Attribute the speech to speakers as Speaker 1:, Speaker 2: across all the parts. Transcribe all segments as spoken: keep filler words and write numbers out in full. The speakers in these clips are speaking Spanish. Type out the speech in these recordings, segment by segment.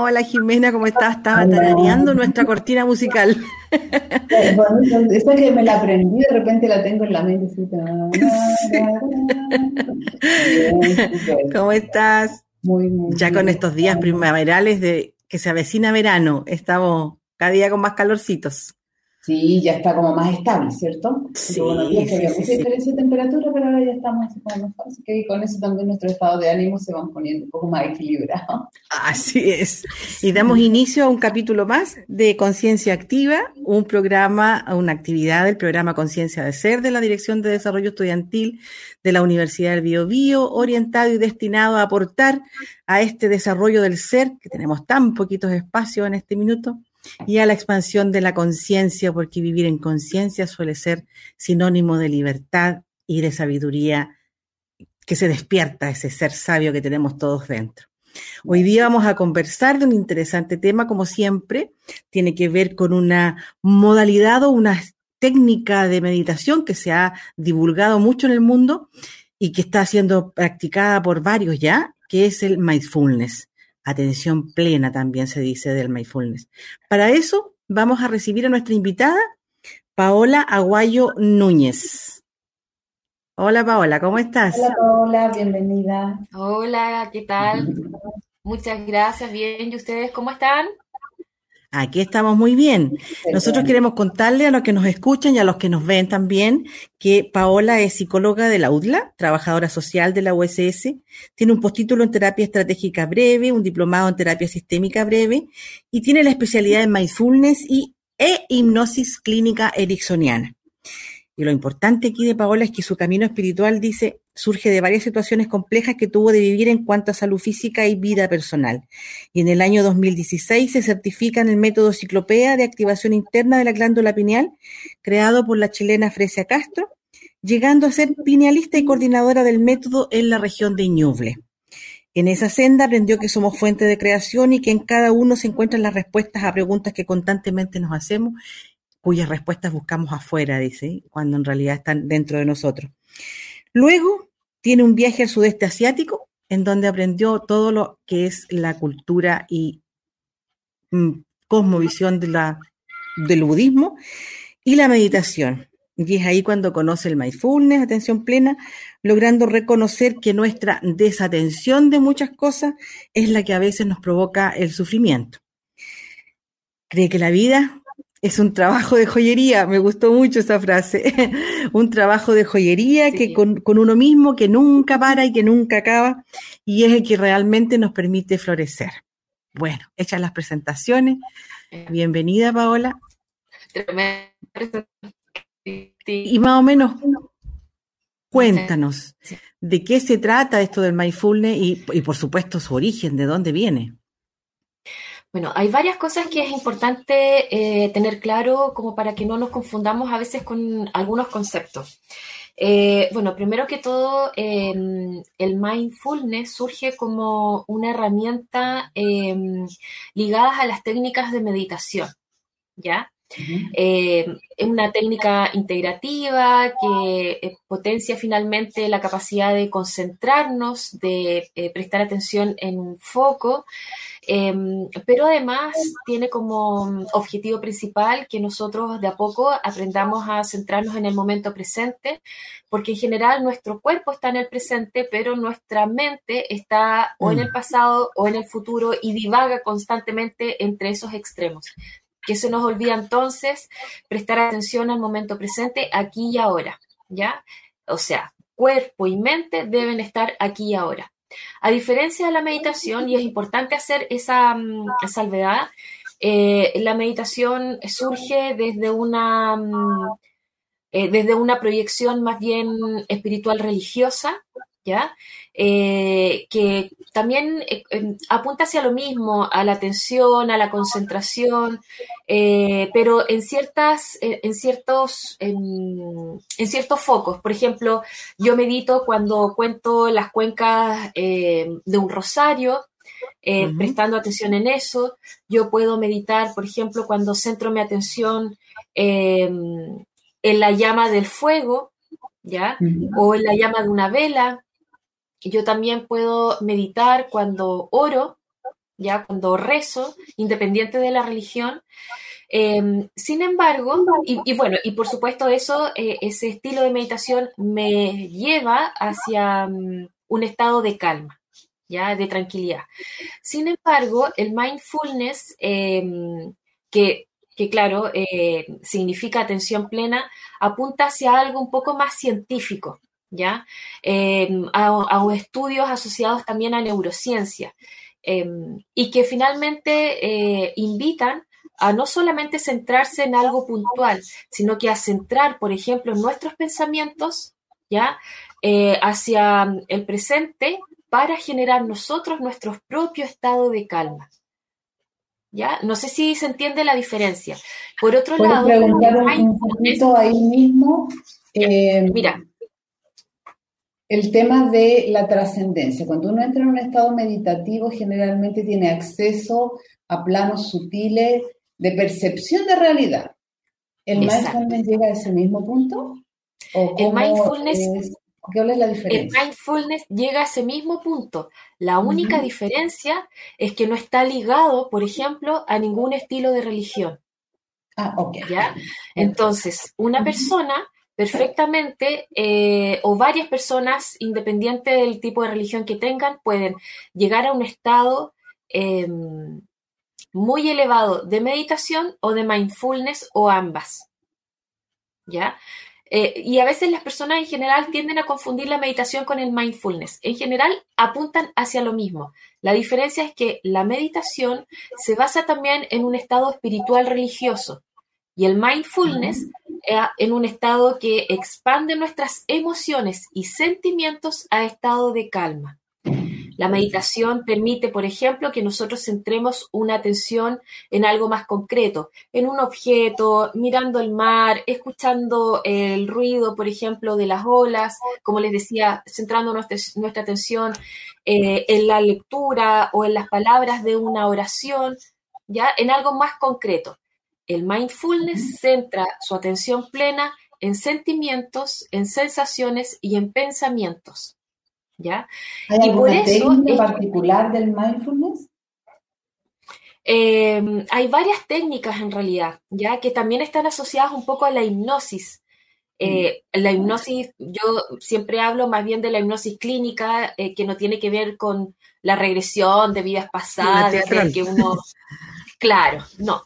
Speaker 1: hola Jimena, ¿cómo estás? Estaba tarareando nuestra cortina musical.
Speaker 2: Bueno, esa que me la aprendí, de repente la tengo en la mente. Así, ta,
Speaker 1: Sí.
Speaker 2: ra, ra. Bien, súper.
Speaker 1: ¿Cómo estás?
Speaker 2: Muy, muy
Speaker 1: Ya con
Speaker 2: bien.
Speaker 1: estos días primaverales de que se avecina verano, estamos cada día con más calorcitos.
Speaker 2: Sí, ya está como más estable, ¿cierto? Porque buenos días
Speaker 1: Sí,
Speaker 2: que
Speaker 1: sí,
Speaker 2: había
Speaker 1: sí,
Speaker 2: mucha
Speaker 1: sí.
Speaker 2: diferencia de temperatura, pero ahora ya estamos así como mejor. Así que con eso también nuestro estado de ánimo se van poniendo un poco más equilibrado.
Speaker 1: Así es. Y damos
Speaker 2: Sí.
Speaker 1: inicio a un capítulo más de Conciencia Activa, un programa, una actividad del programa Conciencia de Ser de la Dirección de Desarrollo Estudiantil de la Universidad del Biobío, orientado y destinado a aportar a este desarrollo del ser, que tenemos tan poquitos espacios en este minuto, y a la expansión de la conciencia, porque vivir en conciencia suele ser sinónimo de libertad y de sabiduría, que se despierta ese ser sabio que tenemos todos dentro. Hoy día vamos a conversar de un interesante tema, como siempre, tiene que ver con una modalidad o una técnica de meditación que se ha divulgado mucho en el mundo y que está siendo practicada por varios ya, que es el mindfulness. Atención plena también se dice del mindfulness. Para eso vamos a recibir a nuestra invitada, Paola Aguayo Núñez. Hola Paola, ¿cómo
Speaker 2: Hola
Speaker 1: estás?
Speaker 2: Paola, bienvenida.
Speaker 3: Hola, ¿qué tal? Muchas gracias, bien. ¿Y ustedes cómo están?
Speaker 1: Aquí estamos muy bien.
Speaker 2: Súper
Speaker 1: Nosotros
Speaker 2: bien.
Speaker 1: queremos contarle a los que nos escuchan y a los que nos ven también que Paola es psicóloga de la U D L A, trabajadora social de la U S S, tiene un postítulo en terapia estratégica breve, un diplomado en terapia sistémica breve y tiene la especialidad en mindfulness y, e hipnosis clínica ericksoniana. Y lo importante aquí de Paola es que su camino espiritual, dice, surge de varias situaciones complejas que tuvo de vivir en cuanto a salud física y vida personal. Y en el año dos mil dieciséis se certifica en el método Ciclopea de activación interna de la glándula pineal, creado por la chilena Fresia Castro, llegando a ser pinealista y coordinadora del método en la región de Ñuble. En esa senda aprendió que somos fuente de creación y que en cada uno se encuentran las respuestas a preguntas que constantemente nos hacemos, cuyas respuestas buscamos afuera, dice, cuando en realidad están dentro de nosotros. Luego tiene un viaje al sudeste asiático, en donde aprendió todo lo que es la cultura y mm, cosmovisión de la, del budismo y la meditación. Y es ahí cuando conoce el mindfulness, atención plena, logrando reconocer que nuestra desatención de muchas cosas es la que a veces nos provoca el sufrimiento. Cree que la vida es un trabajo de joyería, me gustó mucho esa frase, un trabajo de joyería que
Speaker 3: Sí.
Speaker 1: con, con uno mismo, que nunca para y que nunca acaba, y es el que realmente nos permite florecer. Bueno, hechas las presentaciones,
Speaker 3: Eh,
Speaker 1: bienvenida Paola,
Speaker 3: tremenda
Speaker 1: y
Speaker 3: presentación.
Speaker 1: más o menos
Speaker 3: Muchas
Speaker 1: cuéntanos
Speaker 3: gracias.
Speaker 1: de qué se trata esto del mindfulness y, y por supuesto su origen, de dónde viene.
Speaker 3: Bueno, hay varias cosas que es importante eh, tener claro como para que no nos confundamos a veces con algunos conceptos. Eh, bueno, primero que todo, eh, el mindfulness surge como una herramienta eh, ligada a las técnicas de meditación, ¿ya?
Speaker 2: Ujú.
Speaker 3: Eh, es una técnica integrativa que eh, potencia finalmente la capacidad de concentrarnos, de eh, prestar atención en un foco, eh, pero además tiene como objetivo principal que nosotros de a poco aprendamos a centrarnos en el momento presente, porque en general nuestro cuerpo está en el presente, pero nuestra mente está o en
Speaker 1: Mm.
Speaker 3: el pasado o en el futuro y divaga constantemente entre esos extremos. Que se nos olvida entonces prestar atención al momento presente, aquí y ahora, ¿ya? O sea, cuerpo y mente deben estar aquí y ahora. A diferencia de la meditación, y es importante hacer esa um, salvedad, eh, la meditación surge desde una, um, eh, desde una proyección más bien espiritual religiosa, ¿ya? Eh, que también eh, eh, apunta hacia lo mismo, a la atención, a la concentración, eh, pero en ciertas, eh, en ciertos, en, en ciertos focos. Por ejemplo, yo medito cuando cuento las cuencas eh, de un rosario, eh,
Speaker 1: Ujú.
Speaker 3: prestando atención en eso. Yo puedo meditar, por ejemplo, cuando centro mi atención eh, en la llama del fuego, ¿ya?
Speaker 2: Ujú.
Speaker 3: O en la llama de una vela. Yo también puedo meditar cuando oro, ya cuando rezo, independiente de la religión. Eh, sin embargo, y, y bueno, y por supuesto eso, eh, ese estilo de meditación me lleva hacia um, un estado de calma, ya, de tranquilidad. Sin embargo, el mindfulness, eh, que que claro, eh, significa atención plena, apunta hacia algo un poco más científico, ¿ya? Eh, a, a estudios asociados también a neurociencia, eh, y que finalmente eh, invitan a no solamente centrarse en algo puntual, sino que a centrar, por ejemplo, nuestros pensamientos, ¿ya? Eh, hacia el presente para generar nosotros nuestro propio estado de calma. ¿Ya? No sé si se entiende la diferencia. Por otro
Speaker 2: ¿Puedes
Speaker 3: lado,
Speaker 2: preguntar un, un poquito ahí mismo? Eh,
Speaker 3: mira,
Speaker 2: el tema de la trascendencia. Cuando uno entra en un estado meditativo, generalmente tiene acceso a planos sutiles de percepción de realidad. ¿El
Speaker 3: exacto.
Speaker 2: mindfulness llega a ese mismo punto? ¿O
Speaker 3: El
Speaker 2: cómo
Speaker 3: mindfulness,
Speaker 2: es? ¿Cuál es la
Speaker 3: el
Speaker 2: diferencia?
Speaker 3: mindfulness llega a ese mismo punto. La única uh-huh. diferencia es que no está ligado, por ejemplo, a ningún estilo de religión.
Speaker 2: Ah, ok.
Speaker 3: ¿Ya? Entonces, una persona perfectamente, eh, o varias personas, independiente del tipo de religión que tengan, pueden llegar a un estado eh, muy elevado de meditación o de mindfulness o ambas. ¿Ya? Eh, y a veces las personas en general tienden a confundir la meditación con el mindfulness. En general apuntan hacia lo mismo. La diferencia es que la meditación se basa también en un estado espiritual religioso y el mindfulness eh, en un estado que expande nuestras emociones y sentimientos a estado de calma. La meditación permite, por ejemplo, que nosotros centremos una atención en algo más concreto, en un objeto, mirando el mar, escuchando el ruido, por ejemplo, de las olas, como les decía, centrando nuestra, nuestra atención eh, en la lectura o en las palabras de una oración, ya en algo más concreto. El mindfulness centra su atención plena en sentimientos, en sensaciones y en pensamientos. ¿Ya?
Speaker 2: ¿Hay
Speaker 3: y
Speaker 2: alguna
Speaker 3: por eso
Speaker 2: técnica
Speaker 3: es,
Speaker 2: particular del mindfulness?
Speaker 3: Eh, hay varias técnicas en realidad, ya que también están asociadas un poco a la hipnosis. Eh, la hipnosis, yo siempre hablo más bien de la hipnosis clínica, eh, que no tiene que ver con la regresión de vidas pasadas, de que uno, claro, no.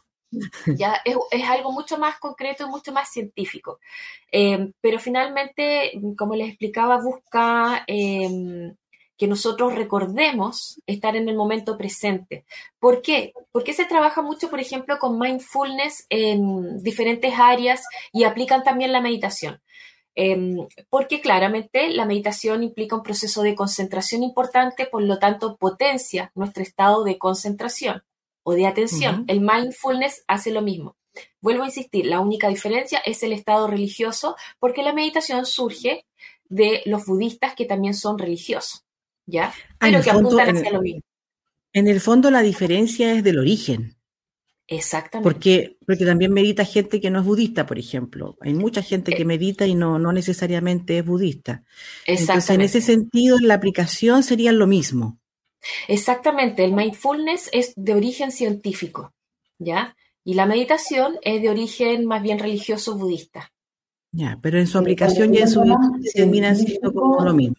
Speaker 3: Ya es, es algo mucho más concreto y mucho más científico. Eh, pero finalmente, como les explicaba, busca eh, que nosotros recordemos estar en el momento presente. ¿Por qué? Porque se trabaja mucho, por ejemplo, con mindfulness en diferentes áreas y aplican también la meditación. Eh, porque claramente la meditación implica un proceso de concentración importante, por lo tanto potencia nuestro estado de concentración o de atención. Uh-huh. El mindfulness hace lo mismo. Vuelvo a insistir, la única diferencia es el estado religioso, porque la meditación surge de los budistas que también son religiosos, ¿ya? Pero que fondo, apuntan hacia
Speaker 1: el,
Speaker 3: lo mismo.
Speaker 1: En el fondo la diferencia es del origen.
Speaker 3: Exactamente.
Speaker 1: Porque, porque también medita gente que no es budista, por ejemplo. Hay mucha gente que medita y no, no necesariamente es budista. Entonces, en ese sentido, la aplicación sería lo mismo.
Speaker 3: Exactamente, el mindfulness es de origen científico, ¿ya? Y la meditación es de origen más bien religioso budista.
Speaker 1: Ya, pero en su aplicación y en su terminan siendo como lo mismo.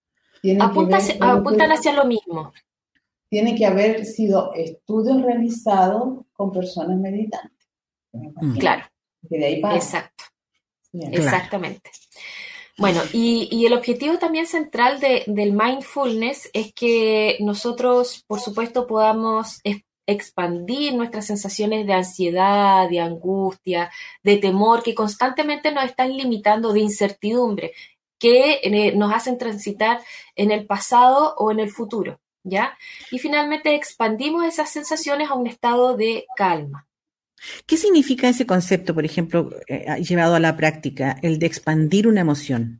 Speaker 3: Apunta, apuntan hacia lo mismo.
Speaker 2: Tiene que haber sido estudios realizados con personas meditantes.
Speaker 3: Claro.
Speaker 2: Que de ahí pasa.
Speaker 3: Exacto.
Speaker 2: Bien.
Speaker 3: Exactamente. Bueno, y, y el objetivo también central de, del mindfulness es que nosotros, por supuesto, podamos es, expandir nuestras sensaciones de ansiedad, de angustia, de temor, que constantemente nos están limitando, de incertidumbre, que eh, nos hacen transitar en el pasado o en el futuro, ¿ya? Y finalmente expandimos esas sensaciones a un estado de calma.
Speaker 1: ¿Qué significa ese concepto, por ejemplo, eh, llevado a la práctica, el de expandir una emoción?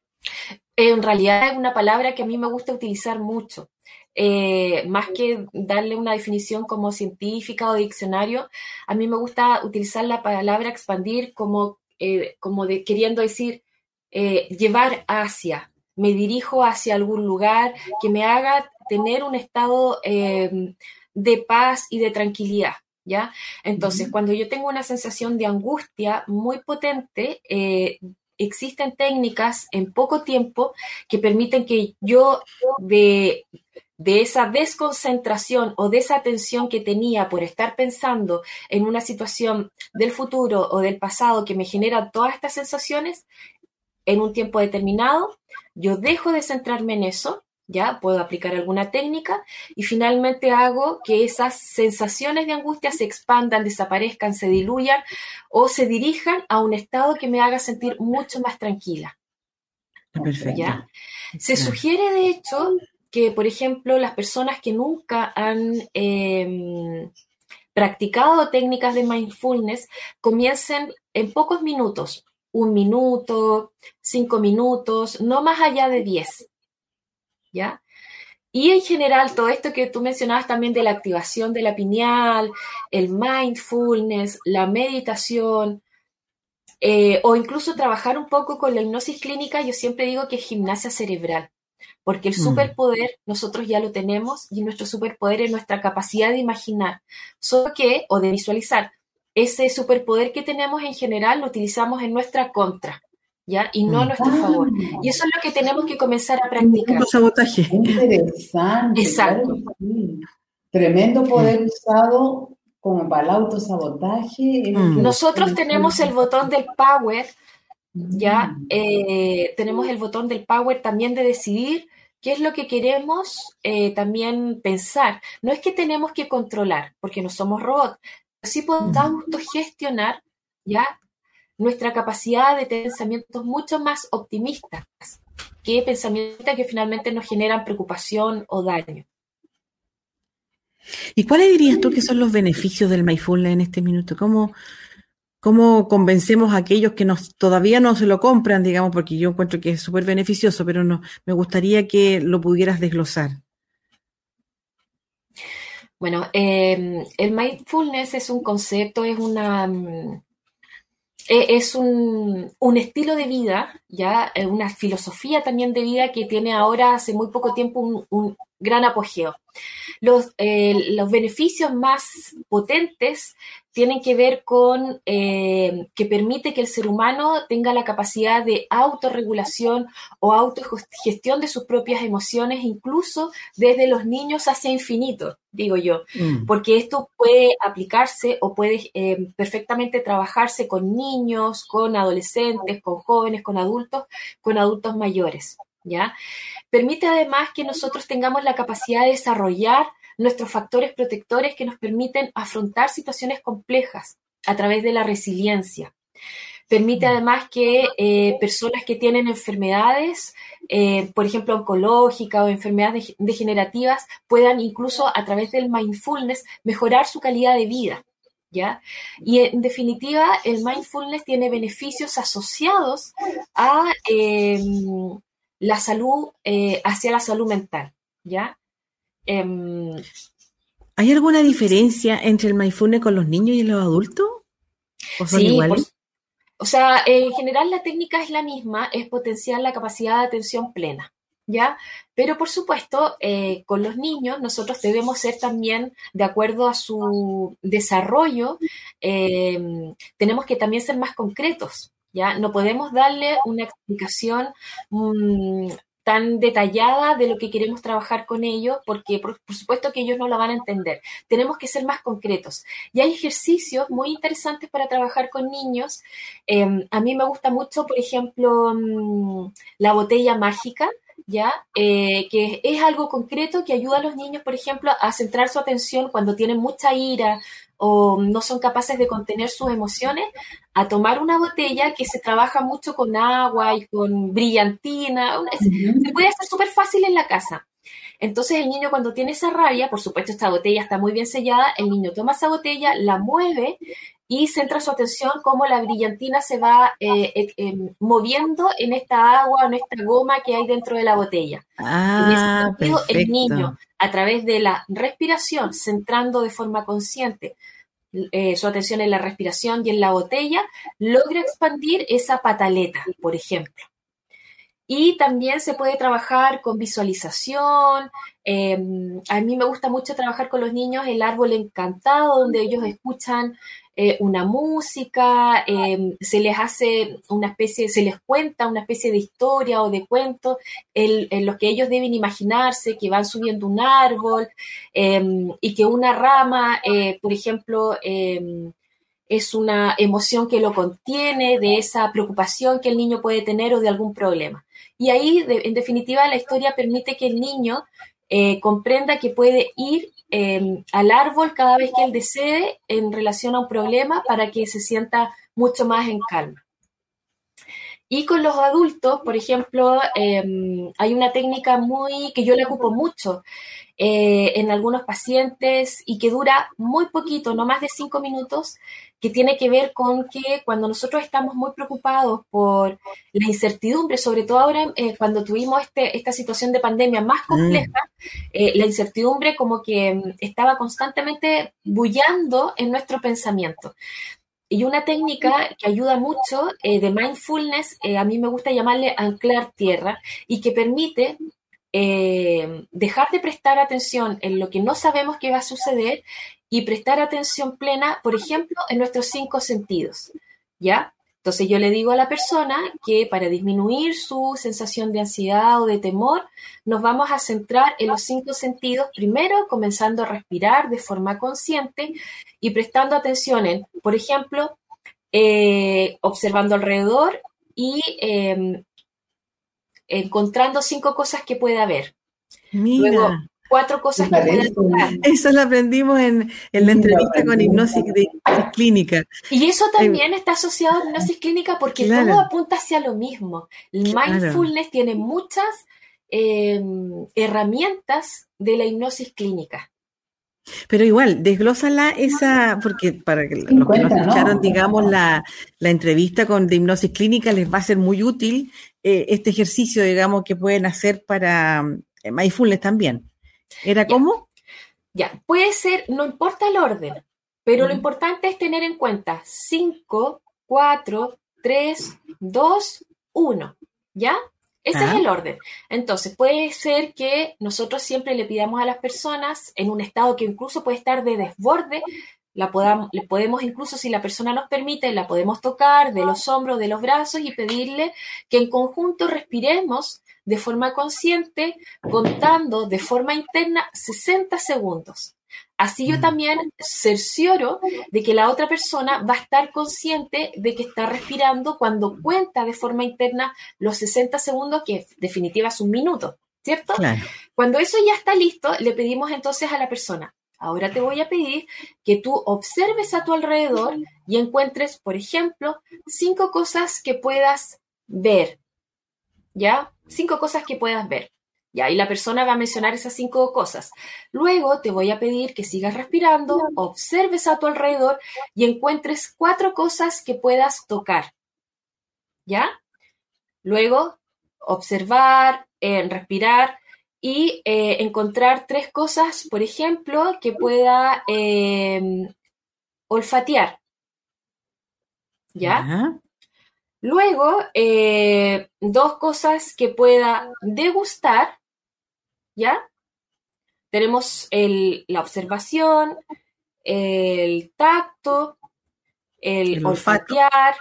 Speaker 3: En realidad es una palabra que a mí me gusta utilizar mucho. Eh, más que darle una definición como científica o diccionario, a mí me gusta utilizar la palabra expandir como, eh, como de, queriendo decir eh, llevar hacia, me dirijo hacia algún lugar que me haga tener un estado eh, de paz y de tranquilidad, ¿ya? Entonces, uh-huh. cuando yo tengo una sensación de angustia muy potente, eh, existen técnicas en poco tiempo que permiten que yo de, de esa desconcentración o de esa tensión que tenía por estar pensando en una situación del futuro o del pasado que me genera todas estas sensaciones, en un tiempo determinado, yo dejo de centrarme en eso, ya puedo aplicar alguna técnica y finalmente hago que esas sensaciones de angustia se expandan, desaparezcan, se diluyan o se dirijan a un estado que me haga sentir mucho más tranquila.
Speaker 1: Perfecto.
Speaker 3: ¿Ya? Se sugiere, de hecho, que, por ejemplo, las personas que nunca han eh, practicado técnicas de mindfulness comiencen en pocos minutos, un minuto, cinco minutos, no más allá de diez. ¿Ya? Y en general, todo esto que tú mencionabas también de la activación de la pineal, el mindfulness, la meditación, eh, o incluso trabajar un poco con la hipnosis clínica, yo siempre digo que es gimnasia cerebral, porque el superpoder nosotros ya lo tenemos y nuestro superpoder es nuestra capacidad de imaginar, solo que, o de visualizar, ese superpoder que tenemos en general lo utilizamos en nuestra contra, ¿ya? Y no a nuestro ah, favor. Y eso es lo que tenemos que comenzar a practicar.
Speaker 1: Un sabotaje.
Speaker 2: Interesante.
Speaker 3: Exacto.
Speaker 2: Claro, sí. Tremendo poder sí. usado como para el autosabotaje.
Speaker 3: Mm. Nosotros tenemos el botón del power, ¿ya? Eh, tenemos el botón del power también de decidir qué es lo que queremos eh, también pensar. No es que tenemos que controlar, porque no somos robots, pero sí podemos autogestionar, ¿ya? Nuestra capacidad de tener pensamientos mucho más optimistas que pensamientos que finalmente nos generan preocupación o daño.
Speaker 1: ¿Y cuáles dirías tú que son los beneficios del mindfulness en este minuto? ¿Cómo, cómo convencemos a aquellos que nos, todavía no se lo compran, digamos, porque yo encuentro que es súper beneficioso, pero no, me gustaría que lo pudieras desglosar?
Speaker 3: Bueno, eh, el mindfulness es un concepto, es una... Es un, un estilo de vida, ya una filosofía también de vida que tiene ahora hace muy poco tiempo un, un gran apogeo. Los, eh, los beneficios más potentes tienen que ver con eh, que permite que el ser humano tenga la capacidad de autorregulación o autogestión de sus propias emociones, incluso desde los niños hacia infinito, digo yo, mm. porque esto puede aplicarse o puede eh, perfectamente trabajarse con niños, con adolescentes, con jóvenes, con adultos, con adultos mayores, ¿ya? Permite además que nosotros tengamos la capacidad de desarrollar nuestros factores protectores que nos permiten afrontar situaciones complejas a través de la resiliencia. Permite además que eh, personas que tienen enfermedades, eh, por ejemplo, oncológicas o enfermedades degenerativas, puedan incluso a través del mindfulness mejorar su calidad de vida, ¿ya? Y en definitiva, el mindfulness tiene beneficios asociados a eh, la salud, eh, hacia la salud mental, ¿ya? Um,
Speaker 1: ¿Hay alguna diferencia entre el mindfulness con los niños y los adultos? ¿O son
Speaker 3: sí,
Speaker 1: iguales?
Speaker 3: Por, o sea, en general la técnica es la misma, es potenciar la capacidad de atención plena, ¿ya? Pero por supuesto, eh, con los niños nosotros debemos ser también, de acuerdo a su desarrollo, eh, tenemos que también ser más concretos, ¿ya? No podemos darle una explicación mmm, tan detallada de lo que queremos trabajar con ellos, porque por, por supuesto que ellos no la van a entender. Tenemos que ser más concretos. Y hay ejercicios muy interesantes para trabajar con niños. Eh, a mí me gusta mucho, por ejemplo, mmm, la botella mágica, ¿ya? Eh, que es algo concreto que ayuda a los niños, por ejemplo, a centrar su atención cuando tienen mucha ira o no son capaces de contener sus emociones, a tomar una botella que se trabaja mucho con agua y con brillantina. Se puede hacer súper fácil en la casa. Entonces el niño cuando tiene esa rabia, por supuesto esta botella está muy bien sellada, el niño toma esa botella, la mueve y centra su atención cómo la brillantina se va eh, eh, eh, moviendo en esta agua o en esta goma que hay dentro de la botella.
Speaker 1: Ah,
Speaker 3: en ese sentido,
Speaker 1: perfecto.
Speaker 3: El niño, a través de la respiración, centrando de forma consciente eh, su atención en la respiración y en la botella, logra expandir esa pataleta, por ejemplo. Y también se puede trabajar con visualización. Eh, a mí me gusta mucho trabajar con los niños el árbol encantado, donde ellos escuchan eh, una música, eh, se les hace una especie, se les cuenta una especie de historia o de cuento en, en los que ellos deben imaginarse que van subiendo un árbol eh, y que una rama, eh, por ejemplo, eh, es una emoción que lo contiene, de esa preocupación que el niño puede tener o de algún problema. Y ahí, de, en definitiva, la historia permite que el niño eh, comprenda que puede ir eh, al árbol cada vez que él desee en relación a un problema para que se sienta mucho más en calma. Y con los adultos, por ejemplo, eh, hay una técnica muy que yo la ocupo mucho eh, en algunos pacientes y que dura muy poquito, no más de cinco minutos, que tiene que ver con que cuando nosotros estamos muy preocupados por la incertidumbre, sobre todo ahora eh, cuando tuvimos este, esta situación de pandemia más compleja, mm. eh, la incertidumbre como que estaba constantemente bullando en nuestro pensamiento. Y una técnica que ayuda mucho eh, de mindfulness, eh, a mí me gusta llamarle anclar tierra, y que permite eh, dejar de prestar atención en lo que no sabemos que va a suceder y prestar atención plena, por ejemplo, en nuestros cinco sentidos, ¿ya? Entonces yo le digo a la persona que para disminuir su sensación de ansiedad o de temor, nos vamos a centrar en los cinco sentidos, primero comenzando a respirar de forma consciente y prestando atención en, por ejemplo, eh, observando alrededor y eh, encontrando cinco cosas que pueda haber.
Speaker 1: Mira.
Speaker 3: Luego, cuatro cosas que pueden tocar.
Speaker 1: Eso lo aprendimos en, en la entrevista con hipnosis de, de clínica.
Speaker 3: Y eso también eh, está asociado a hipnosis clínica porque claro. todo apunta hacia lo mismo. El claro. mindfulness tiene muchas eh, herramientas de la hipnosis clínica.
Speaker 1: Pero igual, desglósala esa, porque para que los que nos escucharon, digamos, la, la entrevista con de hipnosis clínica les va a ser muy útil eh, este ejercicio, digamos, que pueden hacer para eh, mindfulness también. ¿Era cómo?
Speaker 3: Ya, puede ser, no importa el orden, pero mm. lo importante es tener en cuenta cinco, cuatro, tres, dos, uno, ¿ya? Ese ah. es el orden. Entonces, puede ser que nosotros siempre le pidamos a las personas en un estado que incluso puede estar de desborde, la podamos, le podemos incluso, si la persona nos permite, la podemos tocar de los hombros, de los brazos y pedirle que en conjunto respiremos de forma consciente, contando de forma interna sesenta segundos. Así yo también cercioro de que la otra persona va a estar consciente de que está respirando cuando cuenta de forma interna los sesenta segundos, que en definitiva es un minuto, ¿cierto? Claro. Cuando eso ya está listo, le pedimos entonces a la persona, ahora te voy a pedir que tú observes a tu alrededor y encuentres, por ejemplo, cinco cosas que puedas ver, ¿ya? Cinco cosas que puedas ver. Ya, y la persona va a mencionar esas cinco cosas. Luego te voy a pedir que sigas respirando, observes a tu alrededor y encuentres cuatro cosas que puedas tocar. ¿Ya? Luego, observar, eh, respirar y eh, encontrar tres cosas, por ejemplo, que pueda eh, olfatear. ¿Ya? Uh-huh. Luego, eh, dos cosas que pueda degustar, ¿ya? Tenemos el, la observación, el tacto, el, el olfatear,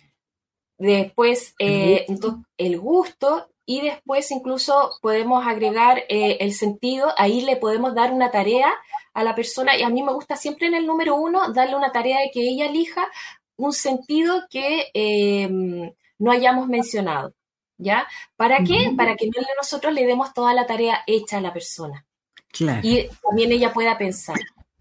Speaker 3: después eh, el, gusto. el gusto y después incluso podemos agregar eh, el sentido. Ahí le podemos dar una tarea a la persona y a mí me gusta siempre en el número uno darle una tarea de que ella elija un sentido que eh, no hayamos mencionado, ¿ya? ¿Para qué? Uh-huh. Para que nosotros le demos toda la tarea hecha a la persona.
Speaker 1: Claro.
Speaker 3: Y también ella pueda pensar.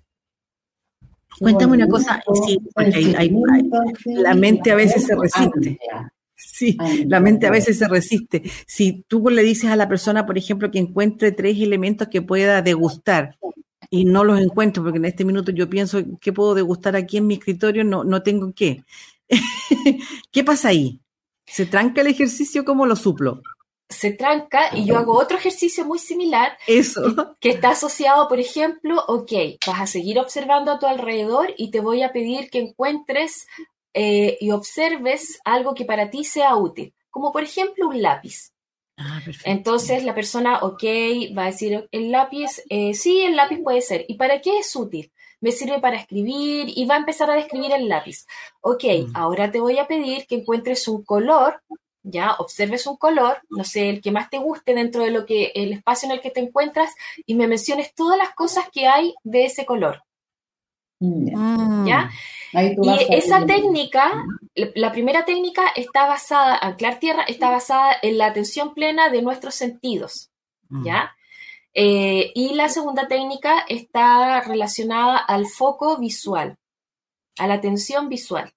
Speaker 1: Cuéntame una cosa, sí, porque hay, hay, hay, la mente a veces se resiste. Sí, la mente a veces se resiste. Si tú le dices a la persona, por ejemplo, que encuentre tres elementos que pueda degustar, y no los encuentro, porque en este minuto yo pienso, ¿qué puedo degustar aquí en mi escritorio? No, no tengo qué. ¿Qué pasa ahí? ¿Se tranca el ejercicio? ¿Cómo lo suplo?
Speaker 3: Se tranca y yo hago otro ejercicio muy similar.
Speaker 1: Eso.
Speaker 3: Que, que está asociado, por ejemplo, ok, vas a seguir observando a tu alrededor y te voy a pedir que encuentres eh, y observes algo que para ti sea útil, como por ejemplo un lápiz,
Speaker 1: Ah, perfecto.
Speaker 3: Entonces la persona, ok, va a decir, el lápiz, eh, sí, el lápiz puede ser. ¿Y para qué es útil? Me sirve para escribir y va a empezar a describir el lápiz. Ok,
Speaker 1: Mm.
Speaker 3: ahora te voy a pedir que encuentres un color, ya, observes un color, no sé, el que más te guste dentro de lo que, el espacio en el que te encuentras y me menciones todas las cosas que hay de ese color,
Speaker 2: Ya.
Speaker 1: Mm.
Speaker 3: ¿ya?
Speaker 2: Ahí tú
Speaker 3: Y
Speaker 2: vas a
Speaker 3: esa
Speaker 2: ir.
Speaker 3: técnica, la primera técnica está basada, anclar tierra, está basada en la atención plena de nuestros sentidos,
Speaker 1: Mm.
Speaker 3: ¿ya? Eh, y la segunda técnica está relacionada al foco visual, a la atención visual.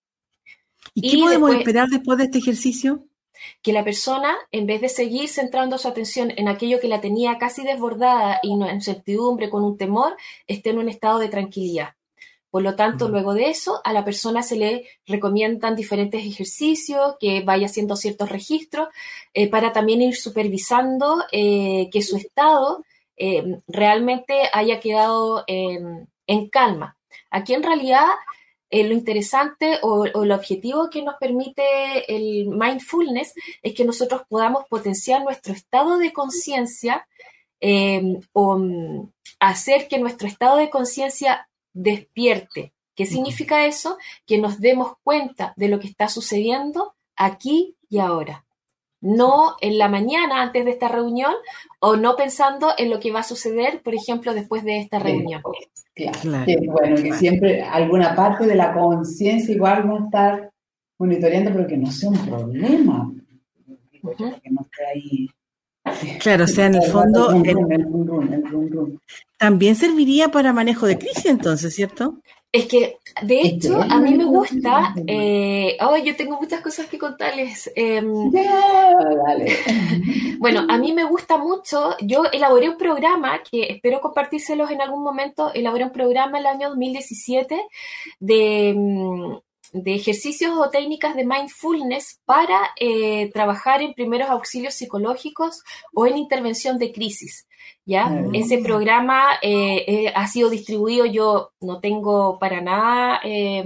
Speaker 1: ¿Y qué
Speaker 3: Y
Speaker 1: podemos
Speaker 3: después,
Speaker 1: esperar después de este ejercicio?
Speaker 3: que la persona, en vez de seguir centrando su atención en aquello que la tenía casi desbordada y en incertidumbre, con un temor, esté en un estado de tranquilidad. Por lo tanto,
Speaker 1: Mm.
Speaker 3: luego de eso, a la persona se le recomiendan diferentes ejercicios, que vaya haciendo ciertos registros, eh, para también ir supervisando eh, que su estado eh, realmente haya quedado en, en calma. Aquí en realidad eh, lo interesante o, o el objetivo que nos permite el mindfulness es que nosotros podamos potenciar nuestro estado de conciencia eh, o mm, hacer que nuestro estado de conciencia despierte. ¿Qué significa eso? Que nos demos cuenta de lo que está sucediendo aquí y ahora. No en la mañana antes de esta reunión o no pensando en lo que va a suceder, por ejemplo, después de esta reunión.
Speaker 2: Claro,
Speaker 1: Claro.
Speaker 2: que bueno, que siempre alguna parte de la conciencia igual va a estar monitoreando, pero que no sea un problema. Digo yo,
Speaker 3: Ujú.
Speaker 2: que no esté ahí.
Speaker 1: Claro, o sea, en el
Speaker 2: El
Speaker 1: fondo
Speaker 2: rum,
Speaker 1: el-
Speaker 2: rum, el rum, rum, el rum, rum.
Speaker 1: también serviría para manejo de crisis entonces, ¿cierto?
Speaker 3: Es que, de
Speaker 2: Es
Speaker 3: hecho,
Speaker 2: que es
Speaker 3: a mí me
Speaker 2: manejo de
Speaker 3: gusta,
Speaker 2: crisis.
Speaker 3: eh, oh, yo tengo muchas cosas que contarles. Eh,
Speaker 2: Ya, dale.
Speaker 3: bueno, a mí me gusta mucho, yo elaboré un programa, que espero compartírselos en algún momento, elaboré un programa en el año dos mil diecisiete de, mm, de ejercicios o técnicas de mindfulness para eh, trabajar en primeros auxilios psicológicos o en intervención de crisis. ¿Ya?
Speaker 2: Mm.
Speaker 3: Ese programa eh, eh, ha sido distribuido, yo no tengo para nada eh,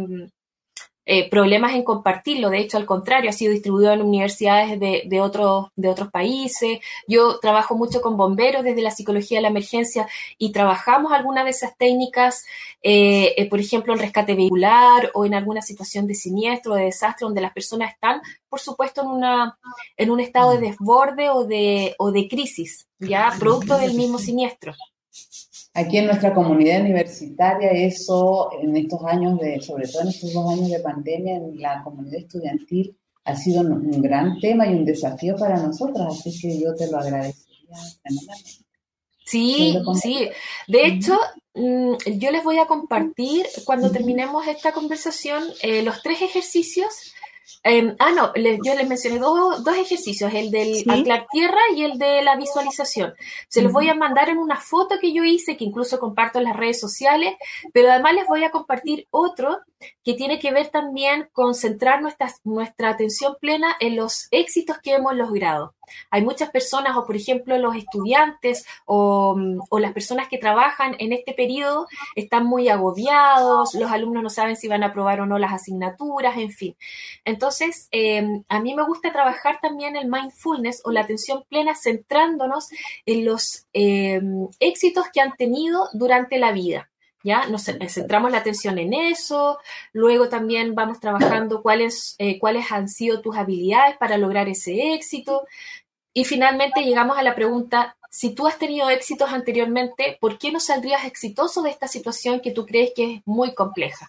Speaker 3: eh, problemas en compartirlo, de hecho al contrario, ha sido distribuido en universidades de, de, otros, de otros países. Yo trabajo mucho con bomberos desde la psicología de la emergencia y trabajamos algunas de esas técnicas, eh, eh, por ejemplo en rescate vehicular o en alguna situación de siniestro, de desastre, donde las personas están, por supuesto, en, una, en un estado de desborde o de, o de crisis, ya producto del mismo siniestro.
Speaker 2: Aquí en nuestra comunidad universitaria, eso en estos años, de, sobre todo en estos dos años de pandemia, en la comunidad estudiantil, ha sido un gran tema y un desafío para nosotras, así que yo te lo agradecería tremendamente.
Speaker 3: Sí, sí. De hecho, mmm, yo les voy a compartir, cuando terminemos esta conversación, eh, los tres ejercicios. Eh, ah, no, les, yo les mencioné dos, dos ejercicios, el del
Speaker 1: Sí.
Speaker 3: anclar tierra y el de la visualización. Se los voy a mandar en una foto que yo hice, que incluso comparto en las redes sociales, pero además les voy a compartir otro que tiene que ver también con centrar nuestra, nuestra atención plena en los éxitos que hemos logrado. Hay muchas personas, o por ejemplo los estudiantes o, o las personas que trabajan en este periodo están muy agobiados, los alumnos no saben si van a aprobar o no las asignaturas, en fin. Entonces, eh, a mí me gusta trabajar también el mindfulness o la atención plena centrándonos en los eh, éxitos que han tenido durante la vida. ¿Ya? Nos centramos la atención en eso, luego también vamos trabajando cuáles, eh, cuáles han sido tus habilidades para lograr ese éxito y finalmente llegamos a la pregunta, si tú has tenido éxitos anteriormente, ¿por qué no saldrías exitoso de esta situación que tú crees que es muy compleja?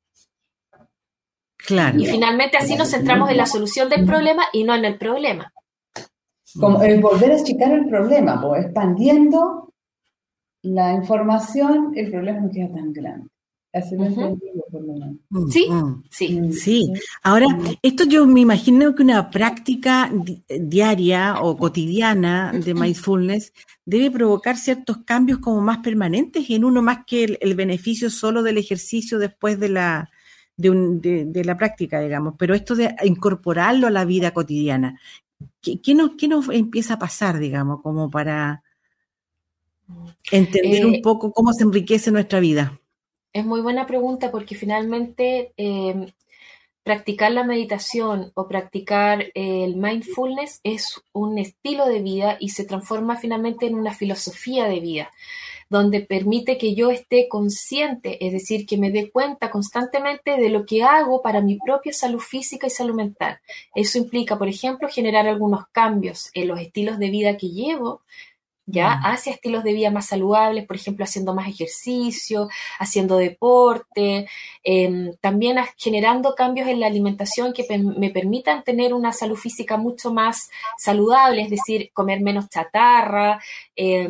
Speaker 1: Claro.
Speaker 3: Y finalmente así nos centramos en la solución del problema y no en el problema.
Speaker 2: Como el volver a achicar el problema, pues expandiendo la información, el problema no queda tan grande. Así lo
Speaker 3: Uh-huh.
Speaker 2: entendido, por lo menos.
Speaker 3: Sí,
Speaker 1: Mm.
Speaker 3: sí.
Speaker 1: Sí. Ahora, esto yo me imagino que una práctica di- diaria o cotidiana de mindfulness debe provocar ciertos cambios como más permanentes en uno, más que el, el beneficio solo del ejercicio después de la, de, un, de, de la práctica, digamos. Pero esto de incorporarlo a la vida cotidiana, ¿qué, qué, nos, qué nos empieza a pasar, digamos, como para entender
Speaker 3: Eh,
Speaker 1: un poco cómo se enriquece nuestra vida?
Speaker 3: Es muy buena pregunta porque finalmente eh, practicar la meditación o practicar el mindfulness es un estilo de vida y se transforma finalmente en una filosofía de vida, donde permite que yo esté consciente, es decir, que me dé cuenta constantemente de lo que hago para mi propia salud física y salud mental. Eso implica, por ejemplo, generar algunos cambios en los estilos de vida que llevo, ya hacia estilos de vida más saludables, por ejemplo, haciendo más ejercicio, haciendo deporte, eh, también a, generando cambios en la alimentación que pe- me permitan tener una salud física mucho más saludable, es decir, comer menos chatarra, eh,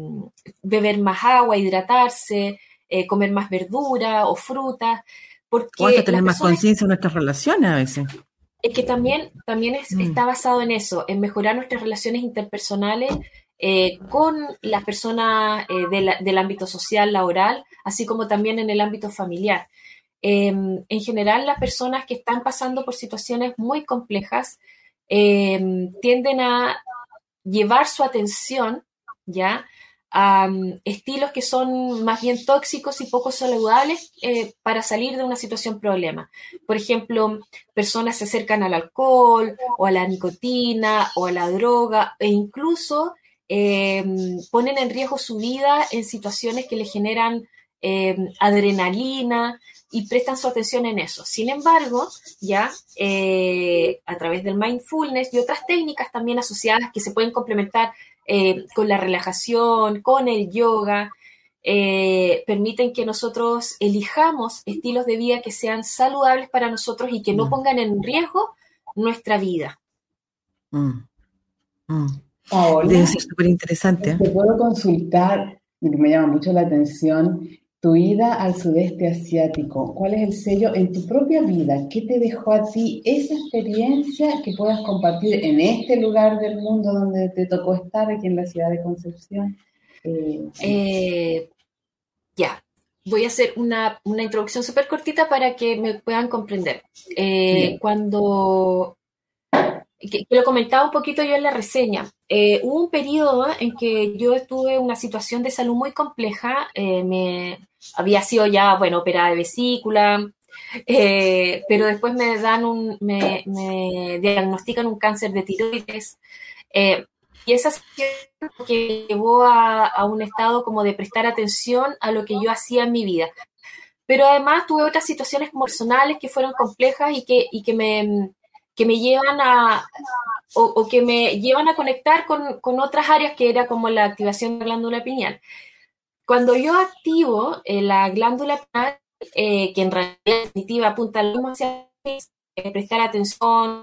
Speaker 3: beber más agua, hidratarse, eh, comer más verdura o frutas,
Speaker 1: O hasta
Speaker 3: porque
Speaker 1: tener
Speaker 3: las
Speaker 1: más
Speaker 3: personas...
Speaker 1: conciencia de nuestras relaciones a veces.
Speaker 3: Es que también, también es,
Speaker 1: Mm.
Speaker 3: está basado en eso, en mejorar nuestras relaciones interpersonales eh, con las personas eh, de la- del ámbito social, laboral, así como también en el ámbito familiar. Eh, en general, las personas que están pasando por situaciones muy complejas eh, tienden a llevar su atención, ¿ya?, a um, estilos que son más bien tóxicos y poco saludables eh, para salir de una situación problema. Por ejemplo, personas se acercan al alcohol o a la nicotina o a la droga e incluso eh, ponen en riesgo su vida en situaciones que le generan eh, adrenalina y prestan su atención en eso. Sin embargo, ya eh, a través del mindfulness y otras técnicas también asociadas que se pueden complementar eh, con la relajación, con el yoga, eh, permiten que nosotros elijamos estilos de vida que sean saludables para nosotros y que no pongan en riesgo nuestra vida.
Speaker 1: Mm. Mm.
Speaker 2: Paola,
Speaker 1: Debe ser súper interesante.
Speaker 2: te puedo consultar, que me llama mucho la atención, tu ida al sudeste asiático. ¿Cuál es el sello en tu propia vida? ¿Qué te dejó a ti esa experiencia que puedas compartir en este lugar del mundo donde te tocó estar, aquí en la ciudad de Concepción? Eh,
Speaker 3: Eh, ya, voy a hacer una, una introducción súper cortita para que me puedan comprender. Eh,
Speaker 2: bien.
Speaker 3: cuando, que, que lo comentaba un poquito yo en la reseña, eh, hubo un periodo en que yo tuve una situación de salud muy compleja, eh, me había sido ya, bueno, operada de vesícula, eh, pero después me dan un, me, me diagnostican un cáncer de tiroides, eh, y esa situación que llevó a, a un estado como de prestar atención a lo que yo hacía en mi vida. Pero además tuve otras situaciones personales que fueron complejas y que, y que, me, que me llevan a, o, o que me llevan a conectar con, con otras áreas que era como la activación de la glándula pineal. Cuando yo activo eh, la glándula pineal, eh, que en realidad en definitiva apunta al mismo hacia eh, prestar atención,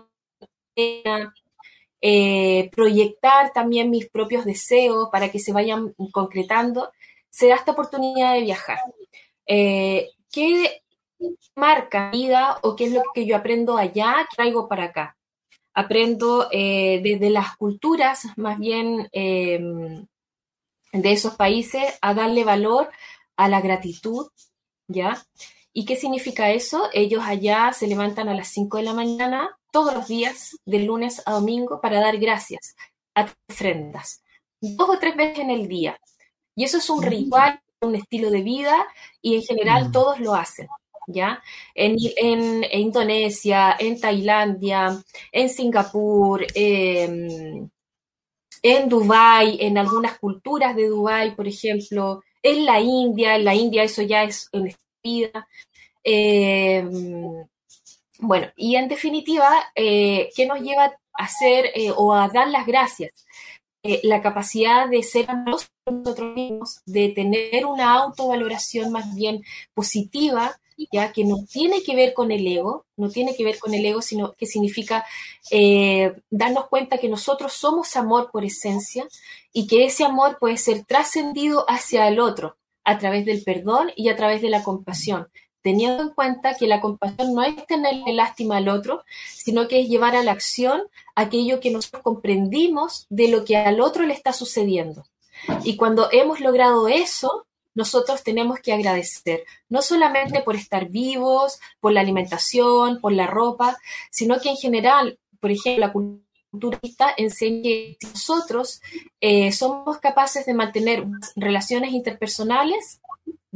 Speaker 3: eh, proyectar también mis propios deseos para que se vayan concretando, se da esta oportunidad de viajar. Eh, ¿Qué marca mi vida o qué es lo que yo aprendo allá que traigo para acá? Aprendo eh, desde las culturas, más bien eh, de esos países, a darle valor a la gratitud, ¿ya? ¿Y qué significa eso? Ellos allá se levantan a las cinco de la mañana todos los días, de lunes a domingo, para dar gracias a ofrendas, dos o tres veces en el día. Y eso es un ritual, un estilo de vida, y en general todos lo hacen, ¿ya? En, en, en Indonesia, en Tailandia, en Singapur, eh, en Dubái, en algunas culturas de Dubái, por ejemplo, en la India, en la India eso ya es en vida. Eh, bueno, y en definitiva, eh, ¿qué nos lleva a hacer eh, o a dar las gracias? Eh, la capacidad de ser amorosos con nosotros mismos, de tener una autovaloración más bien positiva, ya que no tiene que ver con el ego, no tiene que ver con el ego, sino que significa eh, darnos cuenta que nosotros somos amor por esencia y que ese amor puede ser trascendido hacia el otro a través del perdón y a través de la compasión, teniendo en cuenta que la compasión no es tenerle lástima al otro, sino que es llevar a la acción aquello que nosotros comprendimos de lo que al otro le está sucediendo. Y cuando hemos logrado eso, nosotros tenemos que agradecer, no solamente por estar vivos, por la alimentación, por la ropa, sino que en general, por ejemplo, la cultura enseña que nosotros eh, somos capaces de mantener relaciones interpersonales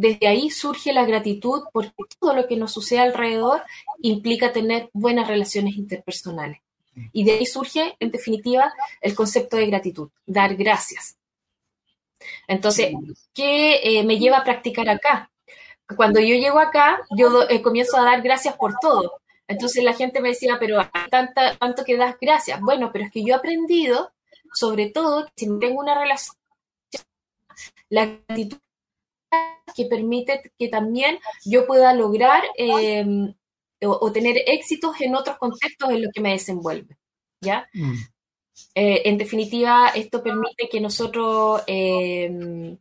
Speaker 3: desde ahí surge la gratitud, porque todo lo que nos sucede alrededor implica tener buenas relaciones interpersonales. Y de ahí surge, en definitiva, el concepto de gratitud, dar gracias. Entonces, ¿qué eh, me lleva a practicar acá? Cuando yo llego acá, yo eh, comienzo a dar gracias por todo. Entonces la gente me decía, pero hay tanta, tanto que das gracias. Bueno, pero es que yo he aprendido, sobre todo, que si tengo una relación, la gratitud que permite que también yo pueda lograr eh, o, o tener éxitos en otros contextos en los que me desenvuelve, ¿ya? Mm. Eh, en definitiva, esto permite que nosotros eh,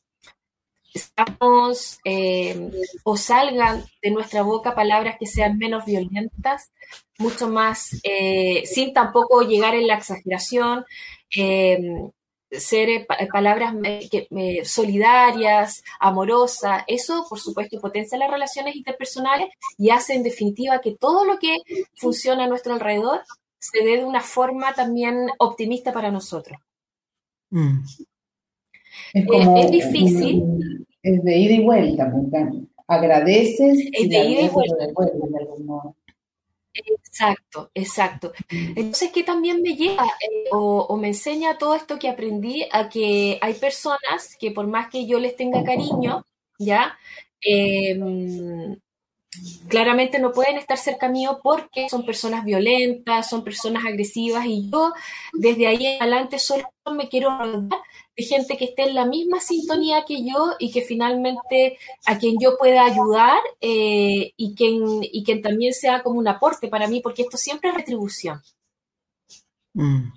Speaker 3: estamos eh, o salgan de nuestra boca palabras que sean menos violentas, mucho más, eh, sin tampoco llegar en la exageración, eh, ser eh, palabras que, eh, solidarias, amorosas. Eso, por supuesto, potencia las relaciones interpersonales y hace, en definitiva, que todo lo que funciona a nuestro alrededor se dé de una forma también optimista para nosotros.
Speaker 2: Mm. Es, como,
Speaker 3: eh, es difícil.
Speaker 2: Es de ida y vuelta, porque agradeces
Speaker 3: es
Speaker 2: y
Speaker 3: de ida y vuelta.
Speaker 2: De vuelta, de algún modo.
Speaker 3: Exacto, exacto. Entonces, ¿qué también me lleva eh, o, o me enseña todo esto que aprendí a que hay personas que por más que yo les tenga cariño, ¿ya? Eh, claramente no pueden estar cerca mío porque son personas violentas, son personas agresivas y yo desde ahí en adelante solo me quiero rodear de gente que esté en la misma sintonía que yo y que finalmente a quien yo pueda ayudar eh, y, quien, y quien también sea como un aporte para mí, porque esto siempre es retribución.
Speaker 1: Mm.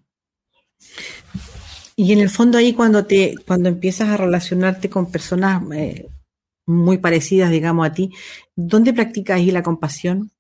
Speaker 1: Y en el fondo ahí cuando te cuando empiezas a relacionarte con personas eh, muy parecidas, digamos, a ti, ¿dónde practicas ahí la compasión?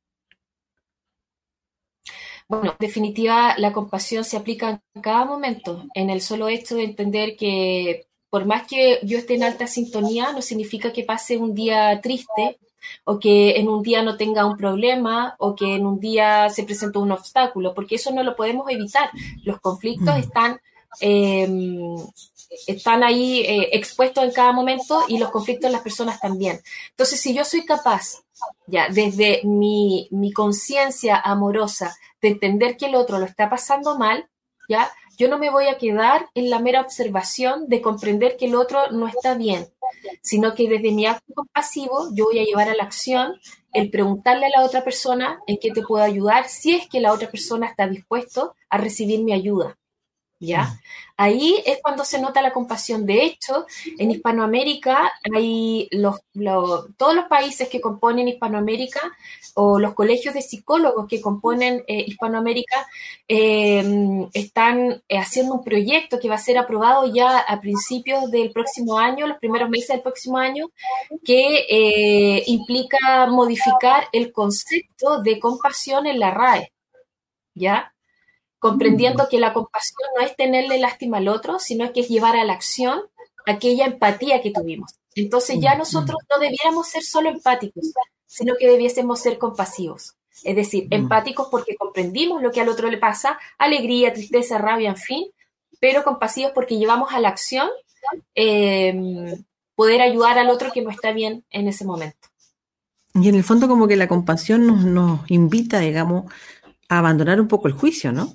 Speaker 3: Bueno, en definitiva, la compasión se aplica en cada momento, en el solo hecho de entender que por más que yo esté en alta sintonía, no significa que pase un día triste, o que en un día no tenga un problema, o que en un día se presentó un obstáculo, porque eso no lo podemos evitar. Los conflictos mm. están... Eh, están ahí eh, expuestos en cada momento y los conflictos de las personas también. Entonces, si yo soy capaz, ya, desde mi, mi conciencia amorosa, de entender que el otro lo está pasando mal, ya, yo no me voy a quedar en la mera observación de comprender que el otro no está bien, sino que desde mi acto compasivo yo voy a llevar a la acción el preguntarle a la otra persona en qué te puedo ayudar, si es que la otra persona está dispuesto a recibir mi ayuda. ¿Ya? Ahí es cuando se nota la compasión. De hecho, en Hispanoamérica hay los, los, todos los países que componen Hispanoamérica o los colegios de psicólogos que componen eh, Hispanoamérica eh, están haciendo un proyecto que va a ser aprobado ya a principios del próximo año, los primeros meses del próximo año, que eh, implica modificar el concepto de compasión en la R A E, ¿ya? Comprendiendo que la compasión no es tenerle lástima al otro, sino que es llevar a la acción aquella empatía que tuvimos. Entonces ya nosotros no debiéramos ser solo empáticos, sino que debiésemos ser compasivos. Es decir, empáticos porque comprendimos lo que al otro le pasa, alegría, tristeza, rabia, en fin, pero compasivos porque llevamos a la acción eh, poder ayudar al otro que no está bien en ese momento.
Speaker 1: Y en el fondo como que la compasión nos, nos invita, digamos, a abandonar un poco el juicio, ¿no?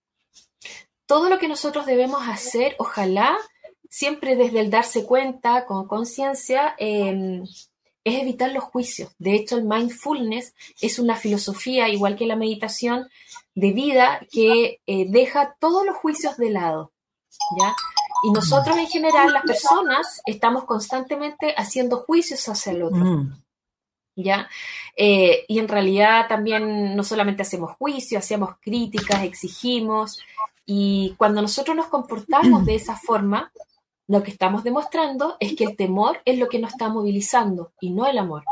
Speaker 3: Todo lo que nosotros debemos hacer, ojalá, siempre desde el darse cuenta, con conciencia, eh, es evitar los juicios. De hecho, el mindfulness es una filosofía, igual que la meditación, de vida que eh, deja todos los juicios de lado, ¿ya? Y nosotros, en general, las personas, estamos constantemente haciendo juicios hacia el otro. Mm. ¿Ya? Eh, y en realidad también no solamente hacemos juicios, hacemos críticas, exigimos, y cuando nosotros nos comportamos de esa forma, lo que estamos demostrando es que el temor es lo que nos está movilizando y no el amor.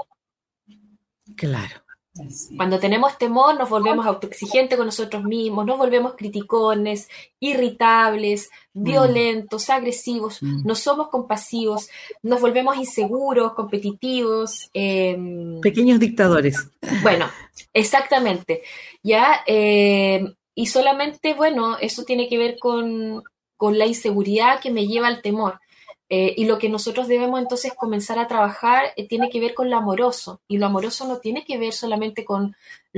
Speaker 1: Claro.
Speaker 3: Cuando tenemos temor nos volvemos autoexigentes con nosotros mismos, nos volvemos criticones, irritables, violentos, agresivos, mm. no somos compasivos, nos volvemos inseguros, competitivos. Eh,
Speaker 1: Pequeños dictadores.
Speaker 3: Bueno, exactamente. Ya, eh, y solamente, bueno, eso tiene que ver con, con la inseguridad que me lleva al temor. Eh, y lo que nosotros debemos entonces comenzar a trabajar eh, tiene que ver con lo amoroso. Y lo amoroso no tiene que ver solamente con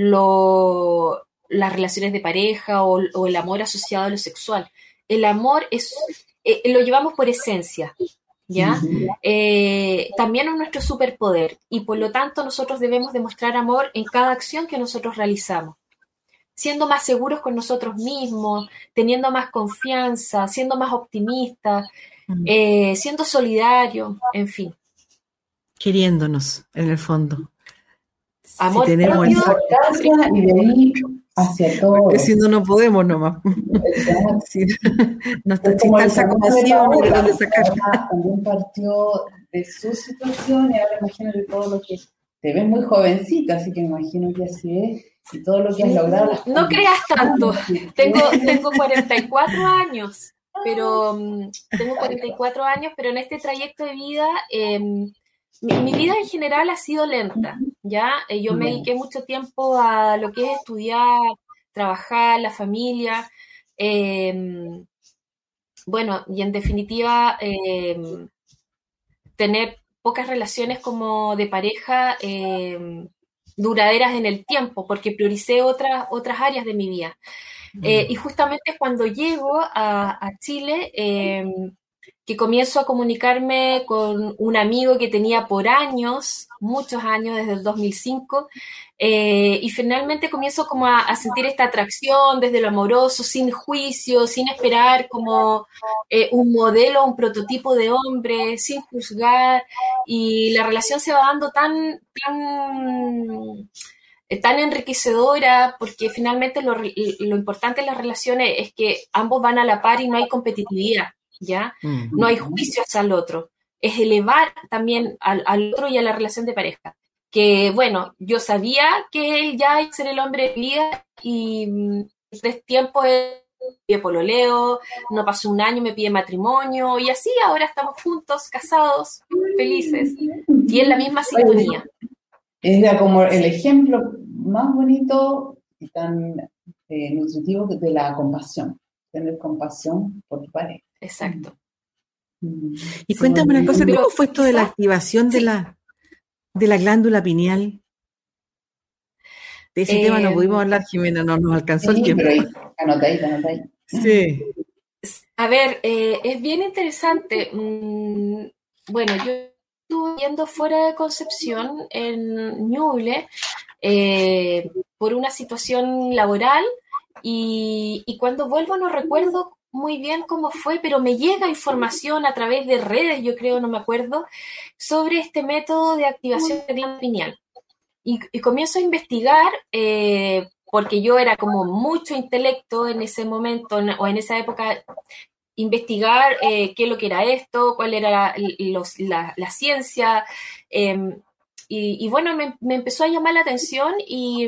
Speaker 3: lo, las relaciones de pareja o, o el amor asociado a lo sexual. El amor es, eh, lo llevamos por esencia, ¿ya? Eh, también es nuestro superpoder y por lo tanto nosotros debemos demostrar amor en cada acción que nosotros realizamos, siendo más seguros con nosotros mismos, teniendo más confianza, siendo más optimistas, eh, siendo solidarios, en fin.
Speaker 1: Queriéndonos, en el fondo.
Speaker 3: Amor
Speaker 1: si tenemos
Speaker 3: propio.
Speaker 2: El... Y de ahí hacia todo.
Speaker 1: Porque si no, no podemos nomás. si, no está, si está esa compasión, no hay de dónde sacar.
Speaker 2: También partió de su situación y ahora imagínate todo lo que... Te ves muy jovencita, así que me imagino que así es. Y todo lo que has logrado.
Speaker 3: No creas tanto. Tengo, tengo cuarenta y cuatro años, pero um, tengo cuarenta y cuatro años, pero en este trayecto de vida, eh, mi, mi vida en general ha sido lenta, ¿ya? Eh, yo me dediqué mucho tiempo a lo que es estudiar, trabajar, la familia, eh, bueno, y en definitiva, eh, tener pocas relaciones como de pareja eh, duraderas en el tiempo, porque prioricé otras, otras áreas de mi vida. Eh, y justamente cuando llego a, a Chile, eh, que comienzo a comunicarme con un amigo que tenía por años, muchos años, desde el dos mil cinco, eh, y finalmente comienzo como a, a sentir esta atracción desde lo amoroso, sin juicio, sin esperar como eh, un modelo, un prototipo de hombre, sin juzgar, y la relación se va dando tan, tan, tan enriquecedora, porque finalmente lo, lo importante en las relaciones es que ambos van a la par y no hay competitividad, ¿ya? Uh-huh. No hay juicio hacia el otro, es elevar también al, al otro y a la relación de pareja. Que, bueno, yo sabía que él ya iba a ser el hombre de mi vida y en tres tiempos él me pide pololeo, no pasó un año, me pide matrimonio y así ahora estamos juntos, casados, felices y en la misma sintonía.
Speaker 2: Era como el ejemplo más bonito y tan eh, nutritivo de la compasión, tener compasión por tu pareja.
Speaker 3: Exacto.
Speaker 1: Mm. Y cuéntame una cosa, ¿cómo fue esto de la activación de la de la glándula pineal? De ese eh, tema no pudimos hablar, Jimena, no nos alcanzó
Speaker 2: sí,
Speaker 1: el tiempo.
Speaker 2: Pero ahí, anota ahí, anota ahí.
Speaker 1: Sí.
Speaker 3: A ver, eh, es bien interesante. Mm, bueno, yo estuve yendo fuera de Concepción, en Ñuble, eh, por una situación laboral y, y cuando vuelvo no recuerdo muy bien cómo fue, pero me llega información a través de redes, yo creo, no me acuerdo, sobre este método de activación de glándula pineal. Y, y comienzo a investigar, eh, porque yo era como mucho intelecto en ese momento, o en esa época, investigar eh, qué es lo que era esto, cuál era la, los, la, la ciencia, eh, y, y bueno, me, me empezó a llamar la atención y,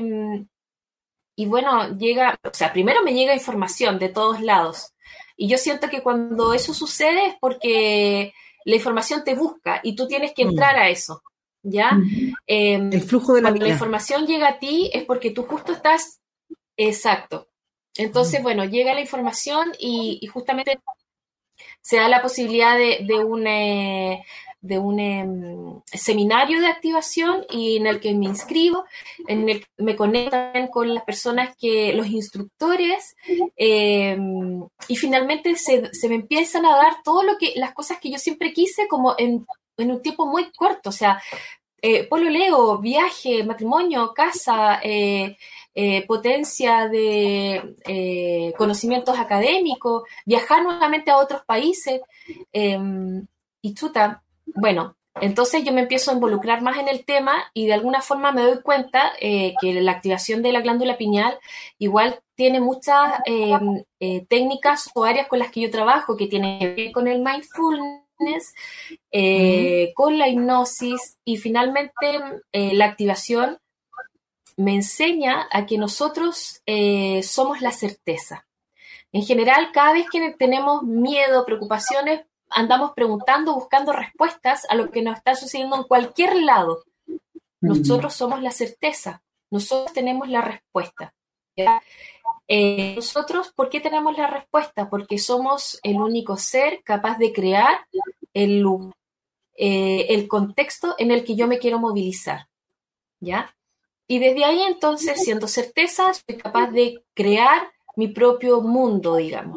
Speaker 3: y bueno, llega, o sea, primero me llega información de todos lados. Y yo siento que cuando eso sucede es porque la información te busca y tú tienes que entrar a eso, ¿ya?
Speaker 1: Uh-huh. Eh, el flujo de la
Speaker 3: Cuando vida. La información llega a ti es porque tú justo estás... Exacto. Entonces, uh-huh. bueno, llega la información y, y justamente se da la posibilidad de, de un, eh, de un eh, seminario de activación y en el que me inscribo, en el que me conectan con las personas que, los instructores, eh, y finalmente se, se me empiezan a dar todo lo que, las cosas que yo siempre quise como en, en un tiempo muy corto, o sea, eh, pololeo, viaje, matrimonio, casa, eh, eh, potencia de eh, conocimientos académicos, viajar nuevamente a otros países, eh, y chuta, bueno, entonces yo me empiezo a involucrar más en el tema y de alguna forma me doy cuenta eh, que la activación de la glándula pineal igual tiene muchas eh, eh, técnicas o áreas con las que yo trabajo que tienen que ver con el mindfulness, eh, uh-huh. con la hipnosis y finalmente eh, la activación me enseña a que nosotros eh, somos la certeza. En general, cada vez que tenemos miedo, preocupaciones, andamos preguntando, buscando respuestas a lo que nos está sucediendo en cualquier lado. Nosotros somos la certeza, nosotros tenemos la respuesta, ¿ya? Eh, nosotros, ¿por qué tenemos la respuesta? Porque somos el único ser capaz de crear el, eh, el contexto en el que yo me quiero movilizar, ¿ya? Y desde ahí entonces, siendo certeza, soy capaz de crear mi propio mundo, digamos.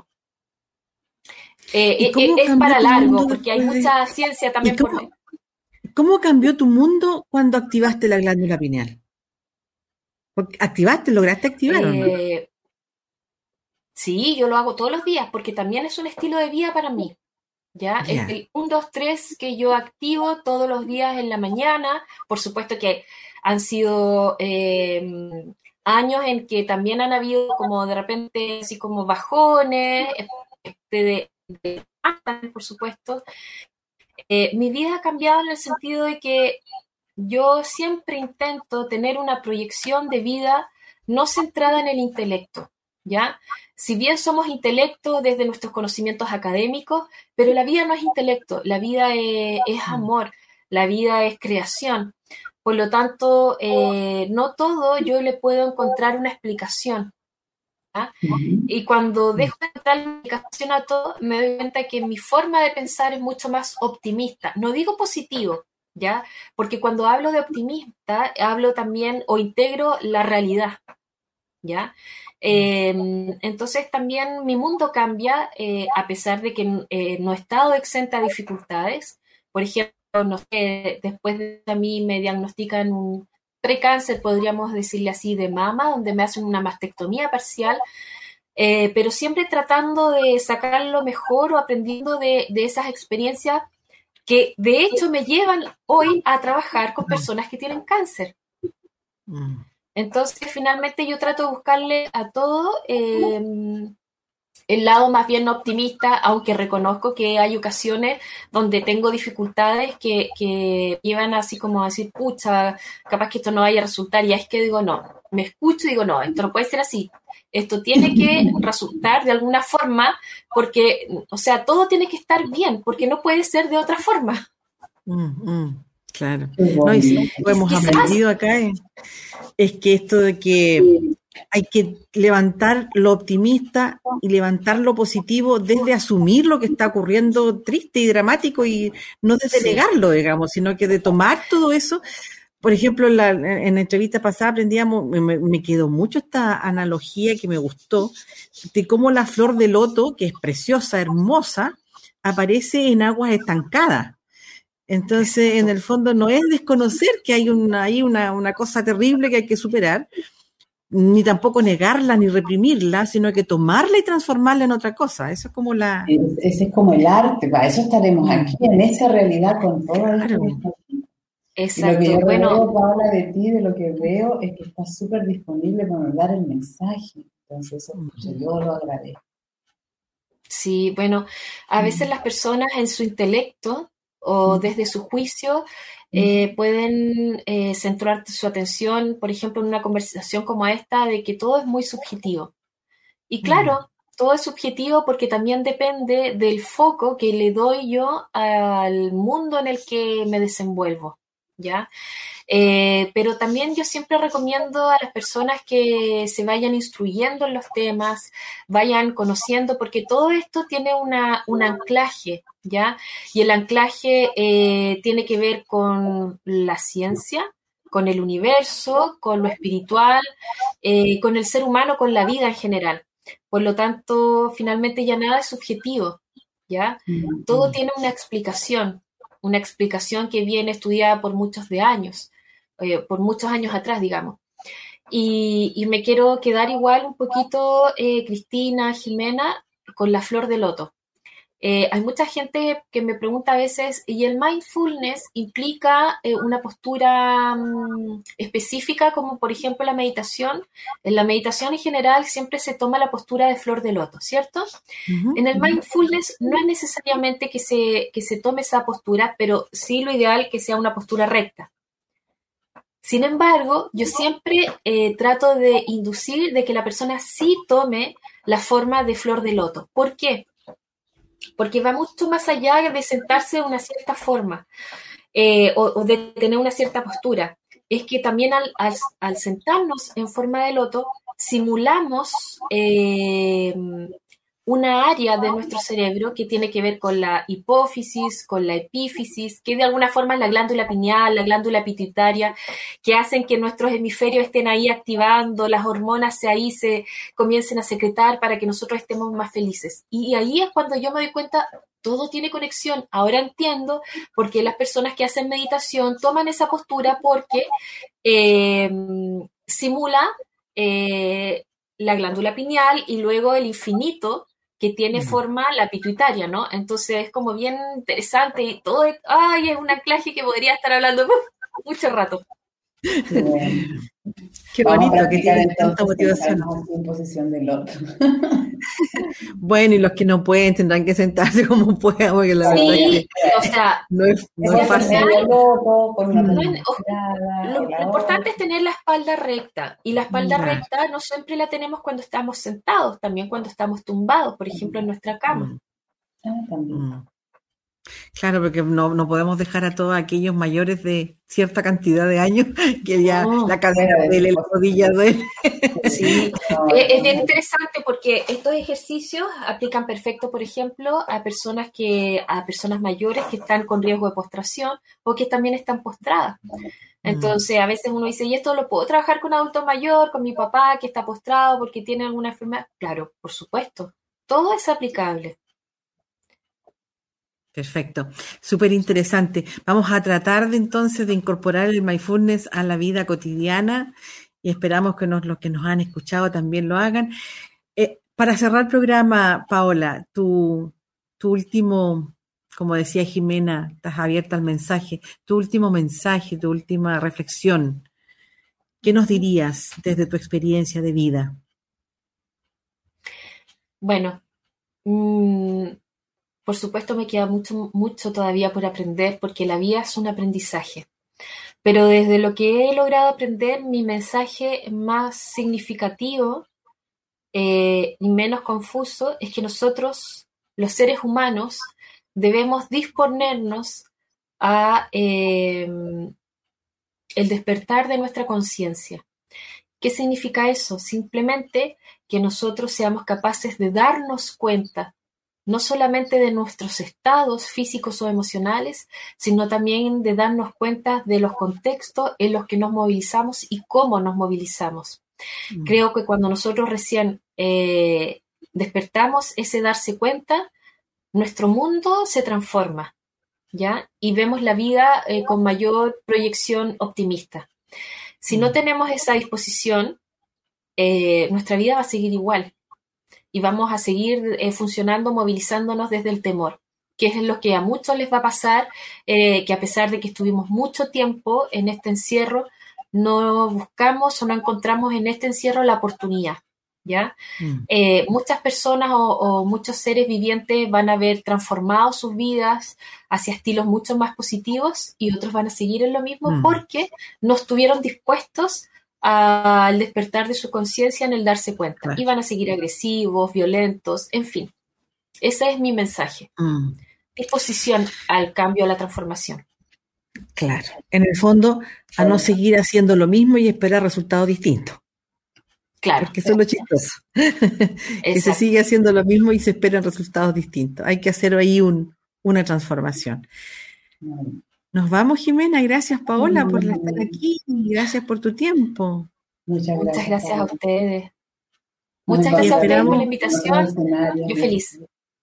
Speaker 3: Eh, eh, es para largo, porque hay mucha de... ciencia también
Speaker 1: cómo,
Speaker 3: por medio.
Speaker 1: ¿Cómo cambió tu mundo cuando activaste la glándula pineal? Porque ¿activaste, lograste activar eh, o no?
Speaker 3: Sí, yo lo hago todos los días, porque también es un estilo de vida para mí. ¿Ya? Yeah. Es el uno, dos, tres que yo activo todos los días en la mañana. Por supuesto que han sido eh, años en que también han habido como de repente así como bajones, este de, de, de por supuesto. Eh, mi vida ha cambiado en el sentido de que yo siempre intento tener una proyección de vida no centrada en el intelecto, ¿ya? Si bien somos intelecto desde nuestros conocimientos académicos, pero la vida no es intelecto, la vida es, es amor, la vida es creación. Por lo tanto, eh, no todo yo le puedo encontrar una explicación, ¿ya? Y cuando dejo de encontrar una explicación a todo, me doy cuenta que mi forma de pensar es mucho más optimista. No digo positivo, ¿ya? Porque cuando hablo de optimista, hablo también o integro la realidad, ¿ya? Eh, entonces también mi mundo cambia eh, a pesar de que eh, no he estado exenta a dificultades. Por ejemplo, no sé, después de a mí me diagnostican un precáncer, podríamos decirle así, de mama, donde me hacen una mastectomía parcial, eh, pero siempre tratando de sacar lo mejor o aprendiendo de, de esas experiencias que de hecho me llevan hoy a trabajar con personas que tienen cáncer. Mm. Entonces, finalmente yo trato de buscarle a todo eh, el lado más bien optimista, aunque reconozco que hay ocasiones donde tengo dificultades que, que llevan así como a decir, pucha, capaz que esto no vaya a resultar, y es que digo, no, me escucho y digo, no, esto no puede ser así, esto tiene que resultar de alguna forma, porque, o sea, todo tiene que estar bien, porque no puede ser de otra forma.
Speaker 1: Mm, mm, claro. No, y si lo hemos aprendido acá es, es que esto de que hay que levantar lo optimista y levantar lo positivo desde asumir lo que está ocurriendo triste y dramático y no desde sí. negarlo, digamos, sino que de tomar todo eso. Por ejemplo, en la, en la entrevista pasada aprendíamos, me, me quedó mucho esta analogía que me gustó, de cómo la flor de loto, que es preciosa, hermosa, aparece en aguas estancadas. Entonces, en el fondo, no es desconocer que hay una, hay una, una cosa terrible que hay que superar, ni tampoco negarla ni reprimirla, sino que tomarla y transformarla en otra cosa. Eso es como la...
Speaker 2: Ese es como el arte, para eso estaremos aquí, en esa realidad con todo claro. esto. Exacto. Y lo que yo bueno, veo, Paula, de ti, de lo que veo, es que estás súper disponible para dar el mensaje. Entonces, eso uh-huh. yo lo agradezco.
Speaker 3: Sí, bueno, a veces uh-huh. las personas en su intelecto o uh-huh. desde su juicio Eh, pueden eh, centrar su atención, por ejemplo, en una conversación como esta, de que todo es muy subjetivo. Y claro, mm. todo es subjetivo porque también depende del foco que le doy yo al mundo en el que me desenvuelvo, ¿ya? Eh, pero también yo siempre recomiendo a las personas que se vayan instruyendo en los temas, vayan conociendo, porque todo esto tiene una, un anclaje, ¿ya? Y el anclaje eh, tiene que ver con la ciencia, con el universo, con lo espiritual, eh, con el ser humano, con la vida en general. Por lo tanto, finalmente ya nada es subjetivo, ¿ya? Todo tiene una explicación, una explicación que viene estudiada por muchos de años. Eh, por muchos años atrás, digamos. Y, y me quiero quedar igual un poquito, eh, Cristina, Jimena, con la flor de loto. Eh, hay mucha gente que me pregunta a veces, ¿y el mindfulness implica eh, una postura um, específica, como por ejemplo la meditación? En la meditación en general siempre se toma la postura de flor de loto, ¿cierto? Uh-huh. En el mindfulness no es necesariamente que se, que se tome esa postura, pero sí lo ideal es que sea una postura recta. Sin embargo, yo siempre eh, trato de inducir de que la persona sí tome la forma de flor de loto. ¿Por qué? Porque va mucho más allá de sentarse de una cierta forma eh, o, o de tener una cierta postura. Es que también al, al, al sentarnos en forma de loto, simulamos eh, una área de nuestro cerebro que tiene que ver con la hipófisis, con la epífisis, que de alguna forma es la glándula pineal, la glándula pituitaria, que hacen que nuestros hemisferios estén ahí activando, las hormonas se ahí se comiencen a secretar para que nosotros estemos más felices. Y ahí es cuando yo me doy cuenta, todo tiene conexión. Ahora entiendo por qué las personas que hacen meditación toman esa postura, porque eh, simula eh, la glándula pineal y luego el infinito que tiene forma la pituitaria, ¿no? Entonces es como bien interesante y todo es, ay, es un anclaje que podría estar hablando uf, mucho rato.
Speaker 2: Bueno.
Speaker 1: Qué
Speaker 2: Vamos
Speaker 1: bonito que tiene
Speaker 2: entonces,
Speaker 1: tanta motivación.
Speaker 2: En posición de loto.
Speaker 1: Bueno, y los que no pueden tendrán que sentarse como puedan, porque la
Speaker 3: sí,
Speaker 1: verdad es que
Speaker 3: o sea,
Speaker 1: no es, no es fácil.
Speaker 2: Loto, con una
Speaker 3: no es, o, lo, lo importante es tener la espalda recta, y la espalda
Speaker 1: Claro.
Speaker 3: recta no siempre la tenemos cuando estamos sentados, también cuando estamos tumbados, por ejemplo, en nuestra cama.
Speaker 2: Ah, también.
Speaker 1: Mm. Claro, porque no, no podemos dejar a todos aquellos mayores de cierta cantidad de años que ya
Speaker 3: No,
Speaker 1: la cadera duele, la rodilla duele.
Speaker 3: Sí, es, es bien interesante porque estos ejercicios aplican perfecto, por ejemplo, a personas que a personas mayores que están con riesgo de postración o que también están postradas. Entonces, a veces uno dice, ¿y esto lo puedo trabajar con adulto mayor, con mi papá que está postrado porque tiene alguna enfermedad? Claro, por supuesto, todo es aplicable.
Speaker 1: Perfecto, súper interesante. Vamos a tratar de entonces de incorporar el mindfulness a la vida cotidiana y esperamos que nos, los que nos han escuchado también lo hagan. Eh, para cerrar el programa, Paola, tu, tu último, como decía Jimena, estás abierta al mensaje, tu último mensaje, tu última reflexión, ¿qué nos dirías desde tu experiencia de vida?
Speaker 3: Bueno, mmm, por supuesto me queda mucho, mucho todavía por aprender porque la vida es un aprendizaje. Pero desde lo que he logrado aprender, mi mensaje más significativo eh, y menos confuso es que nosotros, los seres humanos, debemos disponernos a eh, el despertar de nuestra conciencia. ¿Qué significa eso? Simplemente que nosotros seamos capaces de darnos cuenta no solamente de nuestros estados físicos o emocionales, sino también de darnos cuenta de los contextos en los que nos movilizamos y cómo nos movilizamos. Mm. Creo que cuando nosotros recién eh, despertamos ese darse cuenta, nuestro mundo se transforma, ¿ya? Y vemos la vida eh, con mayor proyección optimista. Si no tenemos esa disposición, eh, nuestra vida va a seguir igual. Y vamos a seguir eh, funcionando, movilizándonos desde el temor, que es lo que a muchos les va a pasar, eh, que a pesar de que estuvimos mucho tiempo en este encierro, no buscamos o no encontramos en este encierro la oportunidad, ¿ya? Mm. Eh, muchas personas o, o muchos seres vivientes van a haber transformado sus vidas hacia estilos mucho más positivos y otros van a seguir en lo mismo mm. porque no estuvieron dispuestos al despertar de su conciencia en el darse cuenta. Claro. Y van a seguir agresivos, violentos, en fin. Ese es mi mensaje. Mm. Disposición al cambio, a la transformación.
Speaker 1: Claro. En el fondo, a no seguir haciendo lo mismo y esperar resultados distintos.
Speaker 3: Claro.
Speaker 1: Porque eso es lo chistoso. Que se sigue haciendo lo mismo y se esperan resultados distintos. Hay que hacer ahí un, una transformación. Mm. Nos vamos, Jimena. Gracias, Paola, por estar aquí. Gracias por tu tiempo.
Speaker 3: Muchas gracias, Muchas gracias a ustedes. Muchas gracias a ustedes por la invitación. Yo feliz.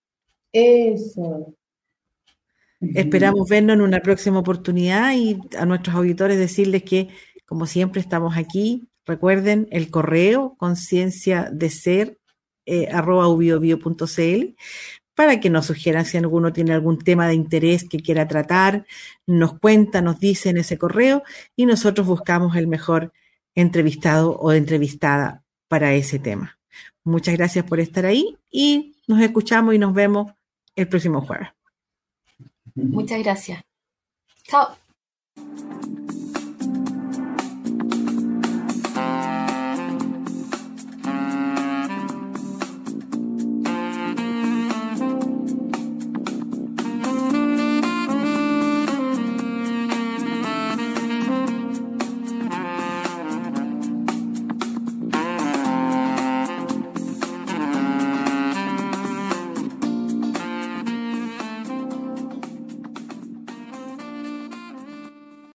Speaker 2: Eso.
Speaker 1: Esperamos vernos en una próxima oportunidad y a nuestros auditores decirles que, como siempre, estamos aquí. Recuerden el correo conciencia de ser eh, arroba ubiobio punto cl para que nos sugieran si alguno tiene algún tema de interés que quiera tratar, nos cuenta, nos dice en ese correo y nosotros buscamos el mejor entrevistado o entrevistada para ese tema. Muchas gracias por estar ahí y nos escuchamos y nos vemos el próximo jueves.
Speaker 3: Muchas gracias. Chao.